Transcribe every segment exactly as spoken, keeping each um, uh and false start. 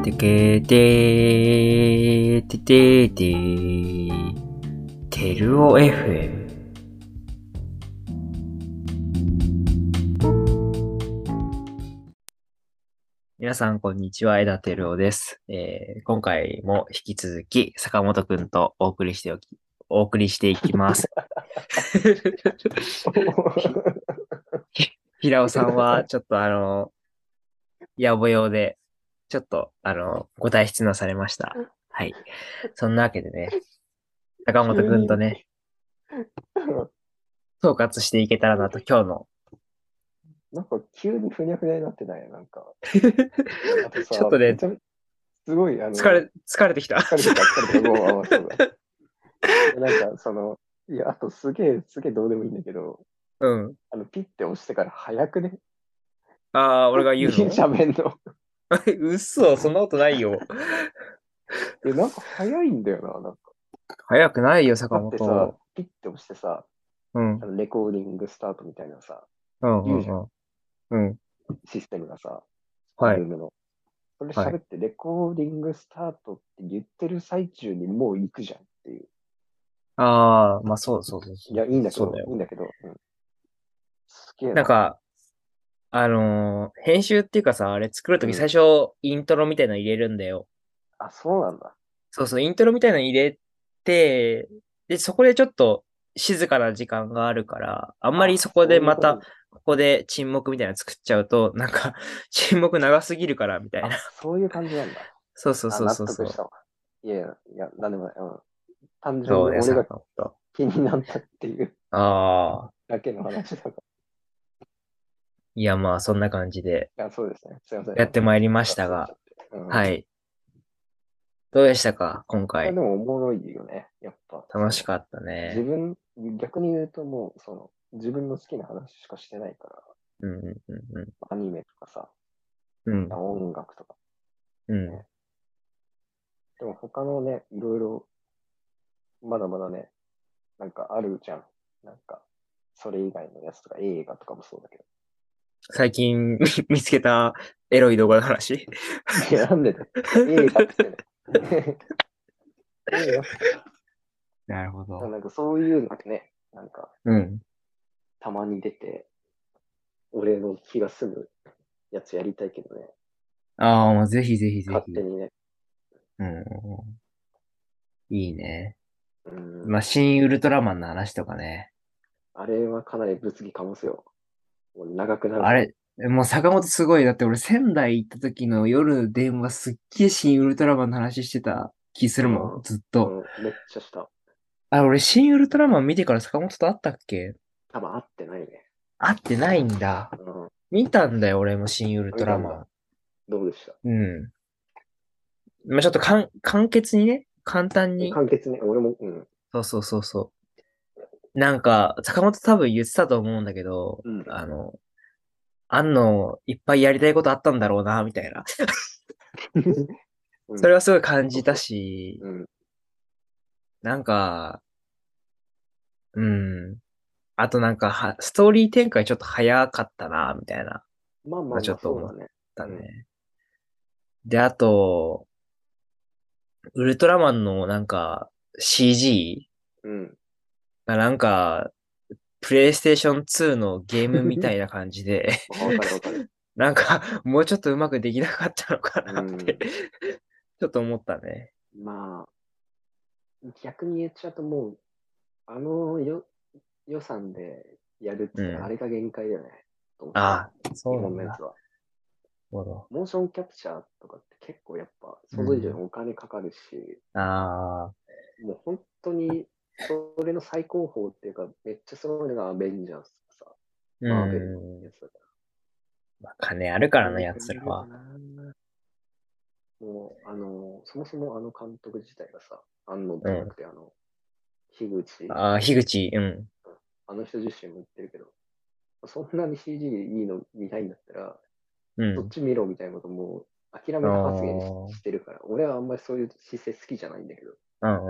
てけてーててーてーテルオ エフエム。 皆さんこんにちは、枝テルオです、えー。今回も引き続き坂本くんとお送りしておきお送りしていきます。ひ平尾さんはちょっとあの野暮用でちょっとあのご退出なされました。はい。そんなわけでね、坂本急に、 くんとね、総括していけたらなと、今日の。 なんか急にふにゃふにゃになってない、なんか。あとさ、 ちょっとね、 めちゃめちゃ、すごい、あの、 疲れ、疲れてきた。 疲れてきた、疲れてきた、もう、あ、まあ、そうだ。で、なんか、その、いや、あとすげえ、すげえどうでもいいんだけど、 うん。 あの、ピッて押してから早くね、 ああ、俺が言うの？ 喋んの。 嘘、そんなことないよ。 え、なんか早いんだよな、なんか。 早くないよ、坂だってさ、 本。 ピッて押してさ、 うん。 あのレコーディングスタートみたいなさ、 うん、 言うじゃん、 うん、うん。うん。 システムがさ、ズはい。 ームの。それはい。 喋って、レコーディングスタートって言ってる最中にもう行くじゃんっていう。 ああ、まあそうそうそうそう。 いや、いいんだけど、 そうだよ。 いいんだけど、うん、すげえな。 なんか、あのー編集っていうかさ、あれ作るとうん。 き最初、イントロみたいなの入れるんだよ。 あ、そうなんだ。 そうそう、イントロみたいなの入れて、で、そこでちょっと静かな時間があるから、あんまりあ、 そこでまた、 そういうこと。 ここで沈黙みたいなの作っちゃうと、なんか沈黙長すぎるから、みたいあ、 な。 そういう感じなんだ。あ、 そうそうそう納そうそ得したわ。いやいや、いや、なんでもない。うん。単う。そうね、 純に俺が坂本。 気になったっていうああ、 だけの話だから。 いやまあ、そんな感じでいや、そうですね。すいません。 やっなんか、 てまいりましたが、 脱線しちゃって。うん。いはい。どうでしたか、今や、 回？ でもおもろいよね。やっぱ、その、 楽しかったね。 自分、逆に言うともう、その、自分の好きな話しかしてないから、 うん、うん、うん、 アニメとかさ、 うん、 音楽とかうん。 ね。でも他のね、いろいろ、まだまだね、なんかあるじゃん。なんか、それ以外のやつとか、映画とかもそうだけど。 最近見つけたエロい動画の話。 いや、なんでだよ。映画っつってね。映画っつってね。 なるほど。 なんかそういうのね、なんか、 うん。 たまに出て、俺の気が済むやつやりたいけどね。 ああ、もうぜひぜひぜひ。 勝手にね。 うん。いいね。 うん。 まあ、新ウルトラマンの話とかね。 あれはかなり物議かもすよ。もう長くなるから。 あれ、もう坂本すごい。だって俺仙台行った時の夜電話すっげえ新ウルトラマンの話してた気するもん。ずっと。 うん。うん。めっちゃした。 あ、俺新ウルトラマン見てから坂本と会ったっけ？ 多分合ってないね。 会ってないんだ。 うん。 見たんだよ、俺も新ウルト見たんだ。 ラマどうでした？ ン。うん。まあ、ちょっとかん、簡潔にね、簡単に。 簡潔ね。俺も、うん。 そうそうそうそう。なんか、坂本多分言ってたと思うんだけど、 うん。 あの、あんのいっぱいやりたいことあったんだろうな、みたいな。 うん。 それはすごい感じたそうそし、 う。うん。 なんか、うん。あとなんかは、ストーリー展開ちょっと早かったな、みたいなのちょまあまあまあ、 っと思っそうだね。うん。 たね。で、あと、ウルトラマンのなんか シージうん。 ーがなんか、プレイステーションツーのゲームみたいな感じで、 わかるわかる。 なんか、もうちょっとうまくできなかったのかうなってん。 ちょっと思ったね。 まあ、逆に言っちゃうともう、あのよ予算でやるっつったらあうん。 れが限界だよね。と思って。 ああ、 日そうなんだ。 本のやつは。 なるほど。 モーションキャプチャーとかって結構やっぱう想像以上にん。 お金かかるし、 ああ、 もう本当にそれの最高峰っていうか、めっちゃすごいのがアベンジャーズとかさ、 うマーベルのやん。 つだかまあ、金あるから。あらな、 れがい奴らは。 るよな。もう、あの、そもそもあの監督自体がさ、安野じうん。 ゃなくて、あの、樋口、 ああ、樋口、うん。 あの人自身も言ってるけど、そんなに シージー いいの見たいんだったら、そっうん。 ち見ろみたいなことも諦あめた発言しあ、 してるから、俺はあんまりそういう姿勢好きじゃないんだけど、 うん、うん、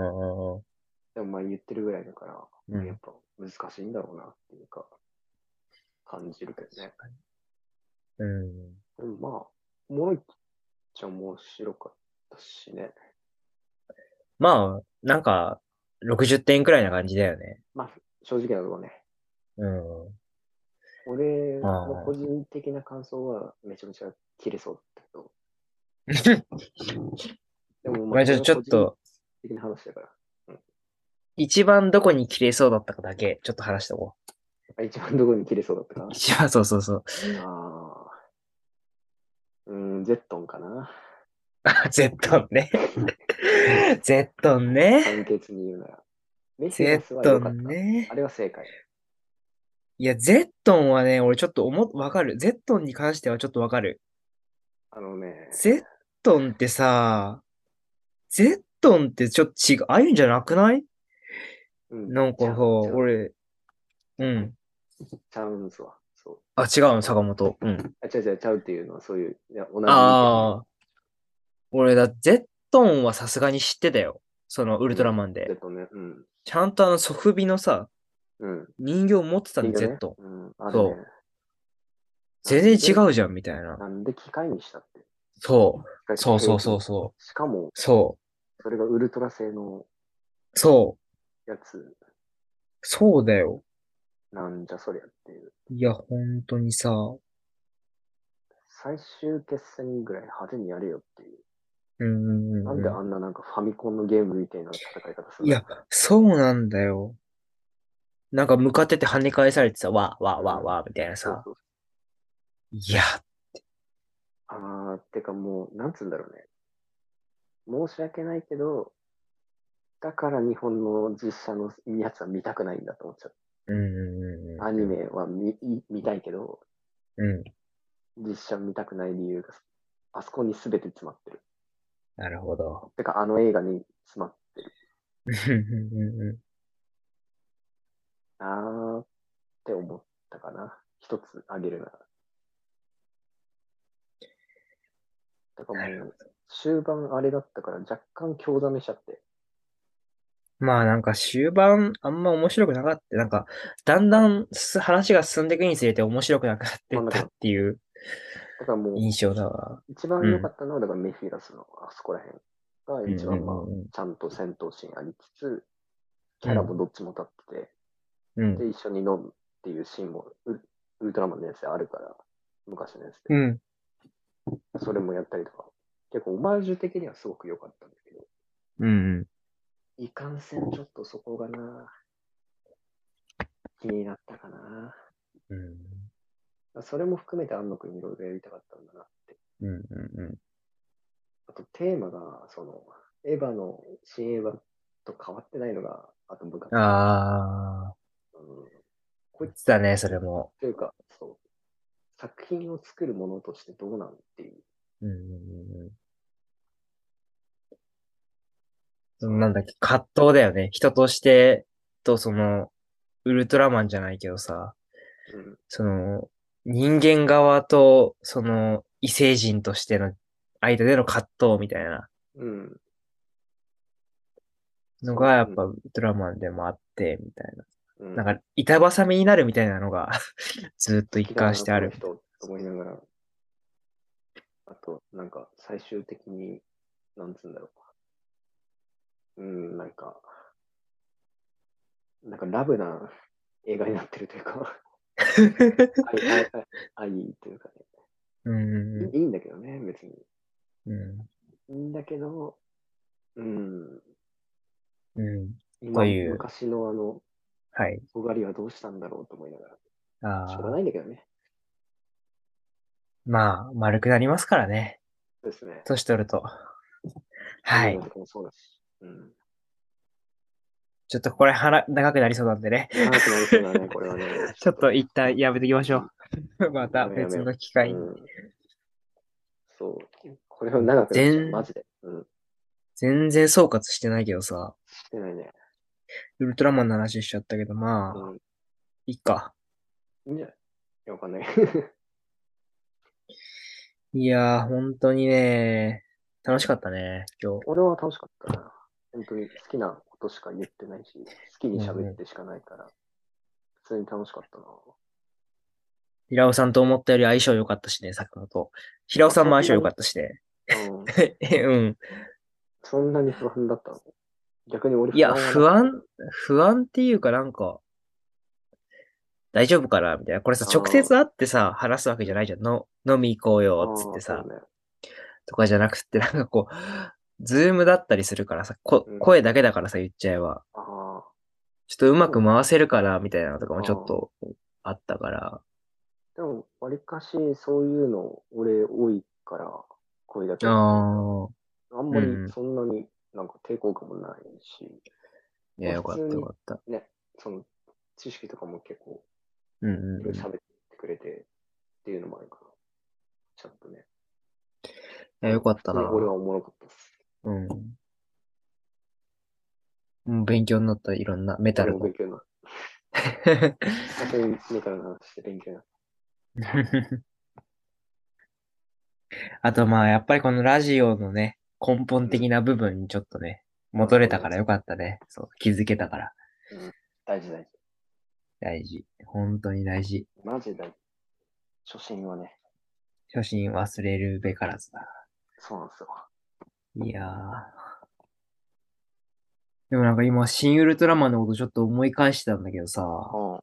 うん。 でもまあ言ってるぐらいだから、 うん。 やっぱ難しいんだろうなっていうか、感じるけどね。 うん。 でもまあ、おもろいっちゃ面白かったしね。 まあ、なんか、ろくじゅってんくらいな感じだよね。 まあ、正直なところね。 うん。 俺の個あ人的な感想はめちゃめちゃ切れそうだったけど、 あ。 でもまあ、 まあ、ちょ、 これは個人ちょっと、 的な話だから。うん。 一番どこに切れそうだったかだけ、ちょっと話しておこあ、一番どこに切れそうだったう。 か。 一番、そうそうそう。 ああ、うーん、ゼットンかな。 あ、ゼットンね。ゼットンね。 簡潔に言うなら。メフィゼッラスはト良かった。あンね。 れは正解。 いや、ゼットンはね、俺ちょっと思、わかる。ゼットンに関してはちょっとわかる。 あのね、 ゼットンってさ、ゼットンってちょっと違う、ああいうんじゃなくない？ うん、 なんかさ、 ちゃう、違う、 俺、うん。 ちゃうんすわ。そう。 あ、違うの、坂本。うん。 あ、違う違う、ちゃうっていうのはそういう、いや、同じ意見で。 ああ、俺だ、ゼットンはさすがに知ってたよ。そのウルトラうん、 マンで。 ゼットンね、うん、 ちゃんとあのソフビのさ、 うん。 人形持ってたんで、 人形ね、 ゼットン。 うん、あれね、 そう。全然なんで、 違うじゃん、みたいな。 なんで機械にしたって。 そう。 しかしそうそう兵器に。 そうそう。 しかも、 そそれがウルトラ製のう。そう。 やつ、 そうだよ。 なんじゃそりゃっていう。 いや、本当にさ。 最終決戦ぐらい派手にやれよっていう。 うんうんうんうん。 なんであんななんかファミコンのゲームみたいな戦い方するんだろいや、そうなんだよ。なんか向かってて跳ね返されてさ、わーわーう。うん。 わーわーみたいなさ。 そうそう。 いや、 あー、てかもう、なんつうんだろうね。申し訳ないけど、だから日本の実写のやつは見たくないんだと思っちゃう。 うんうんアニうんメは見見たいけど、 うん。うん。 実写見たくない理由が、あそこに全て詰まってる。 なるほど。 てか、あの映画に詰まってる。 うんうんうんなーって思ったかな。一つあげるなら。だからもう、終盤あれだったから若干興ざめしちゃって。 まあなんか終盤あんま面白くなかった。なんか、だんだんす話が進んでいくにつれて面白くなくなってったっまあだから、 ていうだからもう、 印象だわ。 一番うん。 良かったのは、だからメフィラスのあそこら辺がうんう一番まあ、 んうんちゃんと戦闘シーンありつつ、キうん。 ャラもどっちも立ってて、 うん。 で、一緒に飲むっていうシーンもウルウルトラマンのやつであるから、昔のやつで。 うん。 それもやったりとか、結構オマージュ的にはすごく良かったんだけど、 うん。 いかんせんちょっとそこがな、気になったかな。 うん。 それも含めて安野くんいろいろやりたかったんだなって。 うん。うん。 あとテーマが、その、エヴァの新エヴァと変わってないのが、あと部活で。 ああ、 うん、こい言ってたね、それも。 というか、そう、作品を作るものとしてどうなんっていう。 うんうんうん。 そなんだっけ、葛藤だよね。人として、とその、ウルトラマンじゃないけどさ、 う、うん、 その、人間側と、その、異星人としての間での葛藤みたいなうん、 のそう、 がやっぱうん、 ウルトラマンでもあって、みたいな。 うん、 なんか、板挟みになるみたいなのがずっと一好きだな、 貫してある。 この人、と思いながら、あと、なんか、最終的に、なんつうんだろう。うん、なんか、なんかラブな映画になってるというか、愛、愛、愛、愛というかうんね、いいいんだけどね、別に。 うん。 いいんだけど、うん、 うん。うん。と今、 いう、 昔のあの、 はい。 尖りはどうしたんだろうと思いながら、しょうがああ、 ないんだけどね。 まあ、丸くなりますからね。 そうですね。 年取ると。はい。 アニメとかもそうだし。うん。 ちょっとこれ、はら、長くなりそうなんでね。 長くなりそうだね、これはね。ちょっと、 ちょっと一旦やめておきましょうん、 う。また別やめようやめよう。 の機会に。 うん。そう。これは長くなっちゃう、マ全、 ジで。うん。 全然総括してないけどさ、 してないね。 ウルトラマンの話しちゃったけど、 うまあ、 ん。 いいか。 いいんじゃない？いや、わかんない。 いやー、本当にね、楽しかったね、今日。 俺は楽しかったな。本当に好きなことしか言ってないし、好きにうんうん。 喋ってしかないから、普通に楽しかったな。 平尾さんと思ったより相性良かったしね、坂本。平尾あ、 さんも相性良かそんなに、 ったしね。 うん。 えうん。 そんなに不安だったの？逆に俺いや、 不安はなかったけど。 不安、不安っていうかなんか、大丈夫かなみたいな。これさ、直接あ会ってさ、話すわけじゃないじゃん。の、飲み行こうあ、 よ、つっああ、 てさ、 そうね。 とかじゃなくて、なんかこう、ズームだったりするからさ、こ、 うん。 声だけだからさ、言っちゃえば。 ああ、 ちょっとうまくでも、 回せるかな、みたいなのとかもちょっああ、 とあったから。 でも、わりかしそういうの俺多いから、声だけあだっていうか、 あ、 あんまりうん。 そんなになんか抵抗感もないし、 いや、 まあよかったよ普通にかった。 ね、その知識とかも結構うんいろいろうん喋ってくれてっていうのもあるから、ちゃんとね。 いや、 まあ、 よかっ普通に俺はたな。 おもろかったです。 うん。うん勉強になった、いろんなメタルの。 俺も勉強になった。そういう目からの話して勉強になっあとまあ、やっぱりこのラジオのね、根本た。うん。 的な部分にちょっとね、 まあ戻れそうね。 たからよかったね。そう、気づけたから。 うん。大事大事。 大事。本当に大事。 マジ大事。初心はね、 初心忘れるべからずだ。 そうなんですよ。 いやー。でもなんか今、新ウルトラマンのことちょっと思い返してたんだけどさ、 は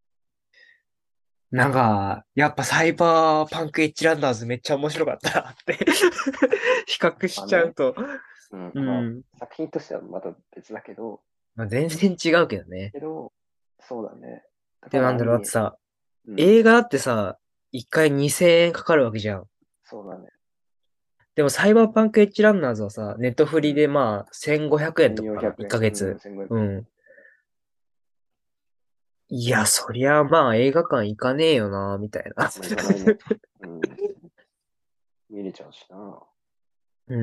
なんか、やっぱサイバーパンクエッジランダーズめっちゃ面白かったなって比較あ。 しまあね。 ちゃうと、 うん。まあ、 うん。 作品としてはまた別だけど、 まあ、全然違うけどね。 けど、そうだね。だかでもなんだろう、だってらアニメ、 さ、 うん。 映画だってさ、一回にせんえんかかるわけじゃん。 そうだね。 でもサイバーパンクエッジランナーズはさ、ネットフリうん。 でまあ、せんごひゃくえんとかか 1400 な ?いっ ヶ円。うん、 月。 1500円。 うん。いや、そりゃまあ映画館行かねえよな、みたいな。 まあ、行かないね。うん。見れちゃうしな。 うん。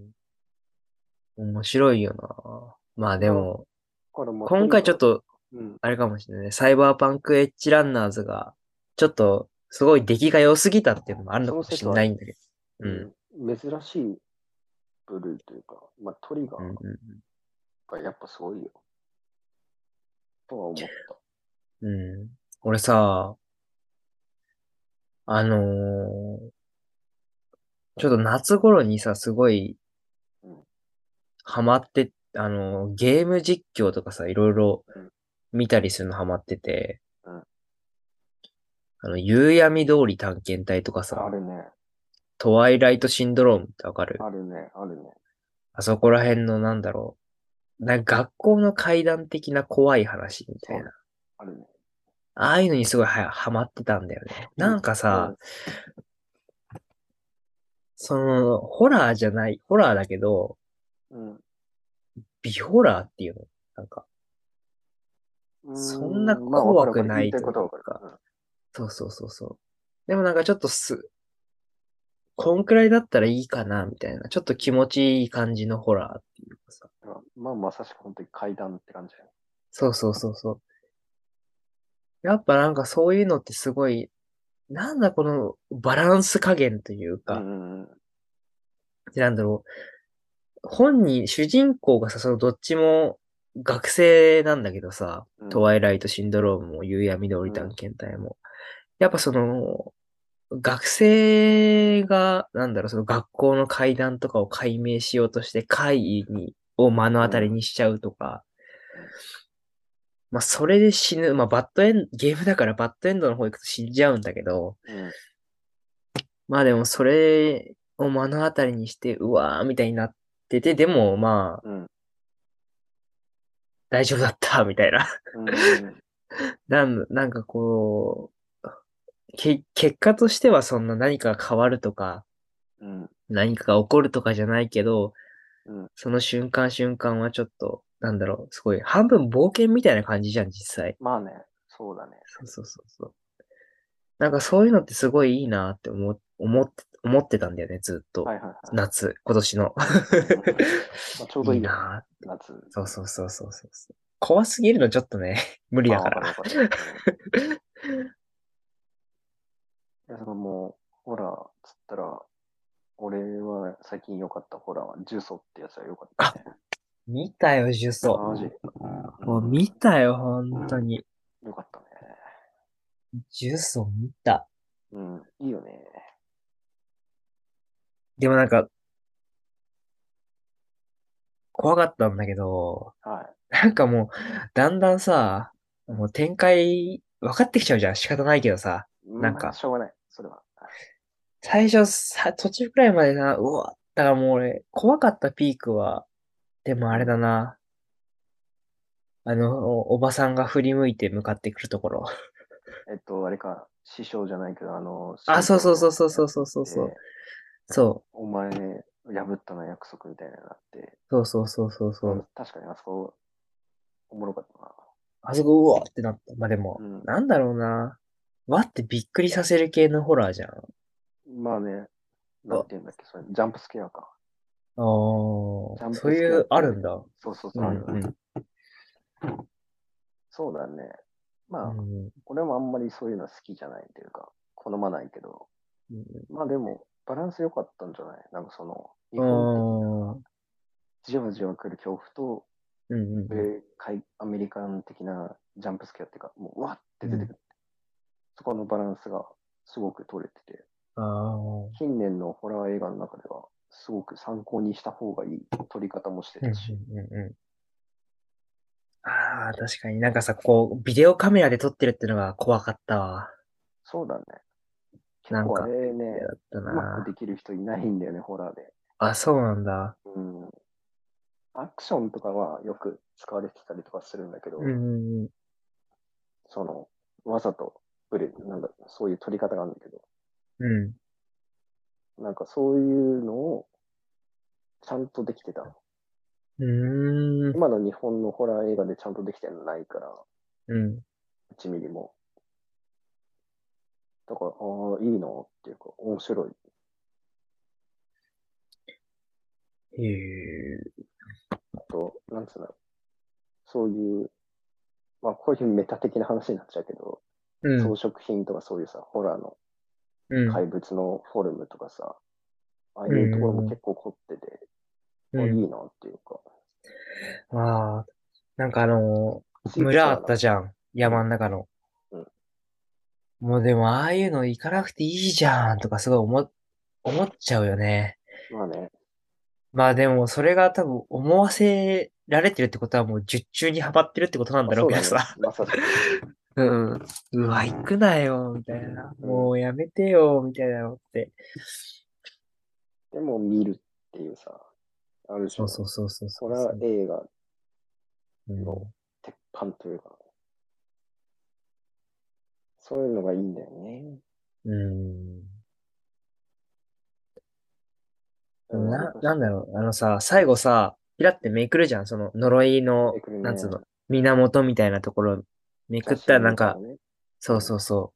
面白いよな。まあでだも、 からまあ、ト今リガー、 回ちょっと、 うん。 あれかもしれないね。サイバーパンクエッジランナーズが、ちょっと、すごい出来が良すぎたっていうのもあるのそのかもし説はある。 れないんだけど。うん。 うん。珍しい部類というか、まあ、トリガーうんうんがやっぱすごいよ。とは思った。 うん。うん。俺さ、あのーちょっと夏頃にさ、すごいうん。 ハマって、あのーゲーム実況とかさ、いろいろうん。 見たりするのハマってて、 うん。 あの、夕闇通り探検隊とかさ、 あるね。 トワイライトシンドロームってわかる？ あるね。あるね。 あそこら辺のなんだろう。なんか学校の怪談的な怖い話みたいな。 そうね。あるね。 ああいうのにすごいはハマってたんだよね。なんかさ、 うん。 その、ホラーじゃない、ホラーだけど、 うん。 ビホラーっていうのなんか、 うーそんなん。まあ、わかるわかる。言い怖くないとたいことはわかる。 いうか、 うん。 そうそうそうそう。でもなんかちょっとす、こんくらいだったらいいかな、みたいな。ちょっと気持ちいい感じのホラーっていうかさ。 うん、まあ、まさしく本当に階段って感じだよね。 そうそうそうそう。やっぱなんかそういうのってすごい、なんだこのバランス加減といううんか、 うんうん。 なんだろう。本人、主人公がさ、そのどっちも学生なんだけどさ、 うん。 トワイライトシンドロームも夕闇通り探うん。 検隊も。やっぱその、学生が、なんだろう、その学校の怪談とかを解明しようとして怪異に、を目の当たりうん。 にしちゃうとか、まあそれで死ぬ、まあバッドエンド、ゲームだからバッドエンドの方行くと死んじゃうんだけど、 うん。 まあでもそれを目の当たりにして、うわーみたいになってて、でもまあうん。 大丈夫だった、みたいな。 うん。 なん、なんかこう、け、結果としてはそんな何かが変わるとか、 うん。 何かが起こるとかじゃないけど、 うん。 その瞬間瞬間はちょっと、なんだろう、すごい、半分冒険みたいな感じじゃん、実際。 まあね、そうだね。 そうそうそうそう。なんかそういうのってすごいいいなって思、思って、思ってたんだよね、ずっと。 はいはいはい。 夏、今年の。 うん。まあ、ちょうどいいいいよね。 なーって。 夏。 そうそうそうそうそうそう。怖すぎるのちょっとね、無理まあ、 だから。 わかるわかる。うん。いや、そのもう、ホラーっつったら、俺は最近良かったホラーは、ジュソってやつは良かったあ、 ね。 見たよ、呪詛。 マジ。うもうん。 見たよ、本当に。 良かったね。 呪詛見た。 うん。いいよね。 でもなんか、 怖かったんだけど、 はなんかもう、だんだんさ、もう展開分かってきちゃうじゃん。仕方ないけどさ。 い。まあ、 なんか、 しょうがない。それは。 最初さ、途中くらいまでな、うわ、だからもう俺、怖かったピークは、でもあれうん。 だな。あの、お、おばさんが振り向いて向かってくるところ。 えっと、あれか、師匠じゃないけど、あの、 あ、 神道そうそうそうのやつそうそうそうそうそう。 で、 そお前、破ったな約束みたいなのがあって、 う。そうそうそうそうそまあ、 う。 確かにあそこ、おもろかったな。 あそこ、うわってなった。まあ、でも、 うん。 なんだろうな。わってびっくりさせる系のホラーじゃん。 まあね、 うわ、 なんて言うんだっけ、それ、ジャンプスケアか。 あー、 ジャンプスケアそういう、 っていう、 あるんだ。 そうそうそう、あるある。 うんうんそうだね。まあ、 うん。 俺もあんまりそういうの好きじゃないというか、好まないけど、 うんまあでも、バランス良かったんじゃない？なんかその、日う本的な、 ん。 じわじわ来る恐怖と、 うんうんえー海アメリカン的なジャンプスケアっていうか、もう、うわってうん。うん。 出てくる。そこのバランスがすごく取れてて、 ああ。 近年のホラー映画の中では、すごく参考にした方がいい撮り方もしてうんうたし、 んうんうん。ああ、確かになんかさ、こう、ビデオカメラで撮ってるってのが怖かったわ。 そうだね。結構あなんか、 れね、 嫌だったうまくでな。 きる人いないんだよね、ホラーで。 あ、そうなんだ。 うん。アクションとかはよく使われてたりとかするんだけうんど、 うんうん。 その、わざとブレ、なんだ、そういう撮り方があるんだけど、 うん。 なんかそういうのをちゃんとできてた。 うーん。 今の日本のホラー映画でちゃんとできてないから、 うん。 いちミリも。だから、ああ、いいなっていうか、面白い。 へえ。 あと、なんつうの、そういう、まあ、こういうメタ的な話になっちゃうけど、 うん。 装飾品とかそういうさ、ホラーのうん。 怪物のフォルムとかさ、ああういうところもん。 結構凝ってて、あ、いうん。 いなっていうか、 ああ、なんかあのー地域村あ差がなくて、 ったじゃん。 うん、 山の中の。 うん。 もうでも、ああいうの行かなくていいじゃんとかすごい思、思っちゃうよね。 まあね、 まあでも、それが多分思わせられてるってことはもう術中にはまってるってことなんまあ、 だろうそうだね、 けどさ。 まさしく。 うん。うわ、行くなよ、みたいな。 うん。 もうやめてよ、みたいなのって。 でも見るっていうさ、ある種のそうそうそうそうそホうそう。 ラー映画のうん。 鉄板というか、そういうのがいいんだよね。 うん。 でもわりな、 かしこなんだろう。あのさ、最後さ、ピラってめくるじゃん。その呪いう、出の、 てくるね。 なんつうの、源みたいなところ、めくった写真らなんか、 みたいなね。 そうそうそう。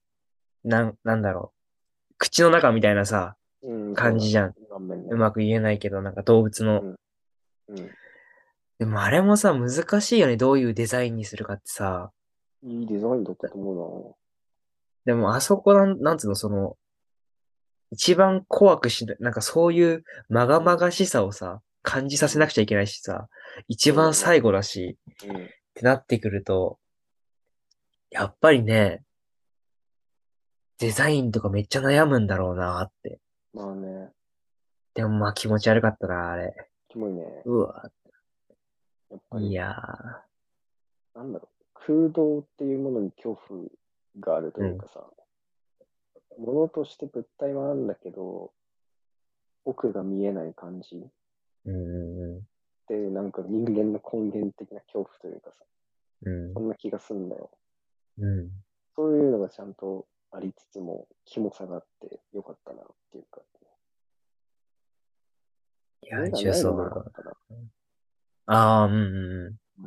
なん、なんだろう。口の中みたいなさ、 うん、うん、そうだね。 感じじゃん。 顔面ね。 うまく言えないけど、なんか動物の。 うん、うん。 でもあれもさ、難しいよね。どういうデザインにするかってさ。 いいデザインだったと思でもあそこなん、なんつうの、その、一番怖くしない、なんかそういうまがうな。うん、 まがしさをさ、感じさせうん。 なくちゃいけないしさ、一そうだね。 番最後だし、 うん。 ってなってくると、やっぱりね、デザインとかめっちゃ悩むんだろうなって。 まあね、 でもまあ気持ち悪かったな、あれ。 キモいね。 うわ、 やっぱり、 いやー、 なんだろう。空洞っていうものに恐怖があるとうん、 いうかさ、ものとして物体はあるんだけど、奥が見えない感じっうん、うて、なんか人間の根源的な恐怖というかさ、 ん、うん、 そんな気がするんだよ。 うん。 そういうのがちゃんとありつつも、キモさがあってよかったなっていうか、 いや、 目が重曹。 ないのもよかったな。 ああ、うん、うんうん。 うん。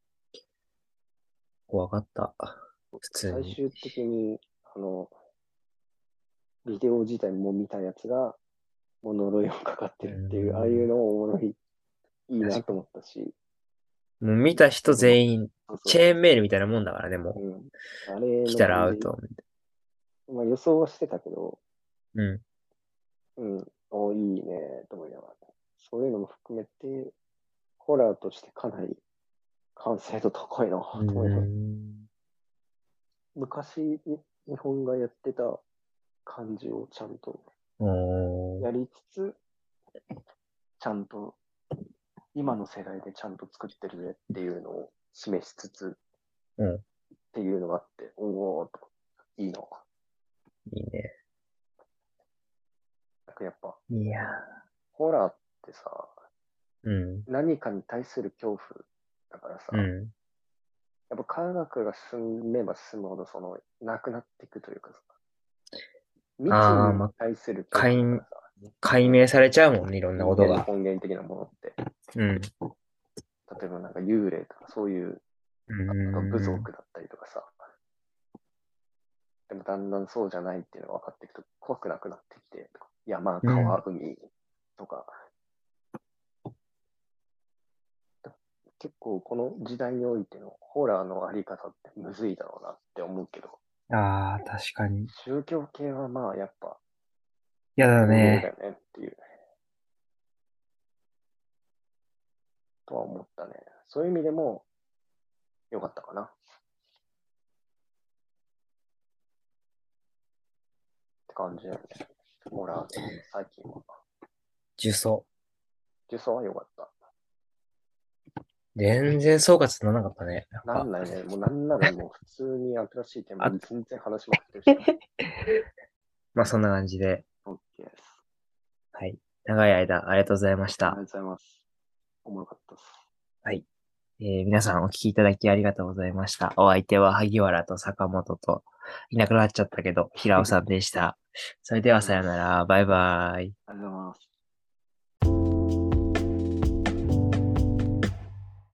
怖かった。普通に。 最終的に、あの、ビデオ自体も見たやつが、もう呪いをかかっうてるっていう、ああいうん、 のもおもろい、いいなと確かに。 思ったし、 もう見た人最後の、 全員、 そうそうチェーンメーそうそルみたいなもんだからね、もう、 う。 うん。あれ来たらの感じ、 アウト。 まあ予想はしてたけど、 うん。 うん、おいいね、と思いながら。そういうのも含めて、ホラーとしてかなり完成度高いな、 うと思いながら。 ん。 昔、日本がやってた感じをちゃんとおー。 やりつつ、ちゃんと今の世代でちゃんと作ってるねっていうのを示しつつうん。 っていうのがあって、おおと、いいの。 いいね。 なんかやっぱ、 いやホラーってさ、 ー。うん。 何かに対する恐怖だからさ、 うん。 やっぱ科学が進めば進むほど、その、なくなっていくというかさ、未知ああ、 にまあ、 対する恐解、 怖だからさ、 解明されちゃうもんね、いろんな人間のことが。 根源的なものって、 うん。 例えばなんか幽霊とかそういう、 うあと部ーん。 族だったりとかさ、でもだんだんそうじゃないっていうのが分かっていくと怖くなくなってきて、山、 うん。 川、海とか、結構この時代においてのホラーのあり方ってむずいだろうなって思うけど、 ああ、確かに。 宗教系はまあやっぱやだ王道だね。 よねっていう、とは思ったね。そういう意味でも良かったかなって感じだよね。ホラーで最近は。 呪詛。 呪詛は良かった。 全然総括ならなかったね。なんか。 なんないね。もうなんならもう普通に新しいテーマあ、 全然話しまくってるしな。 まあそんな感じで。 OK です。 はい。長い間ありがとうございました。 ありがとうございます。おもろかったです。 はい。えー皆さんお聞きいただきありがとうございました。お相手は萩原と坂本と、いなくなっちゃったけど、平尾さんでした。それではさよなら。バイバイ。 ありがとうございます。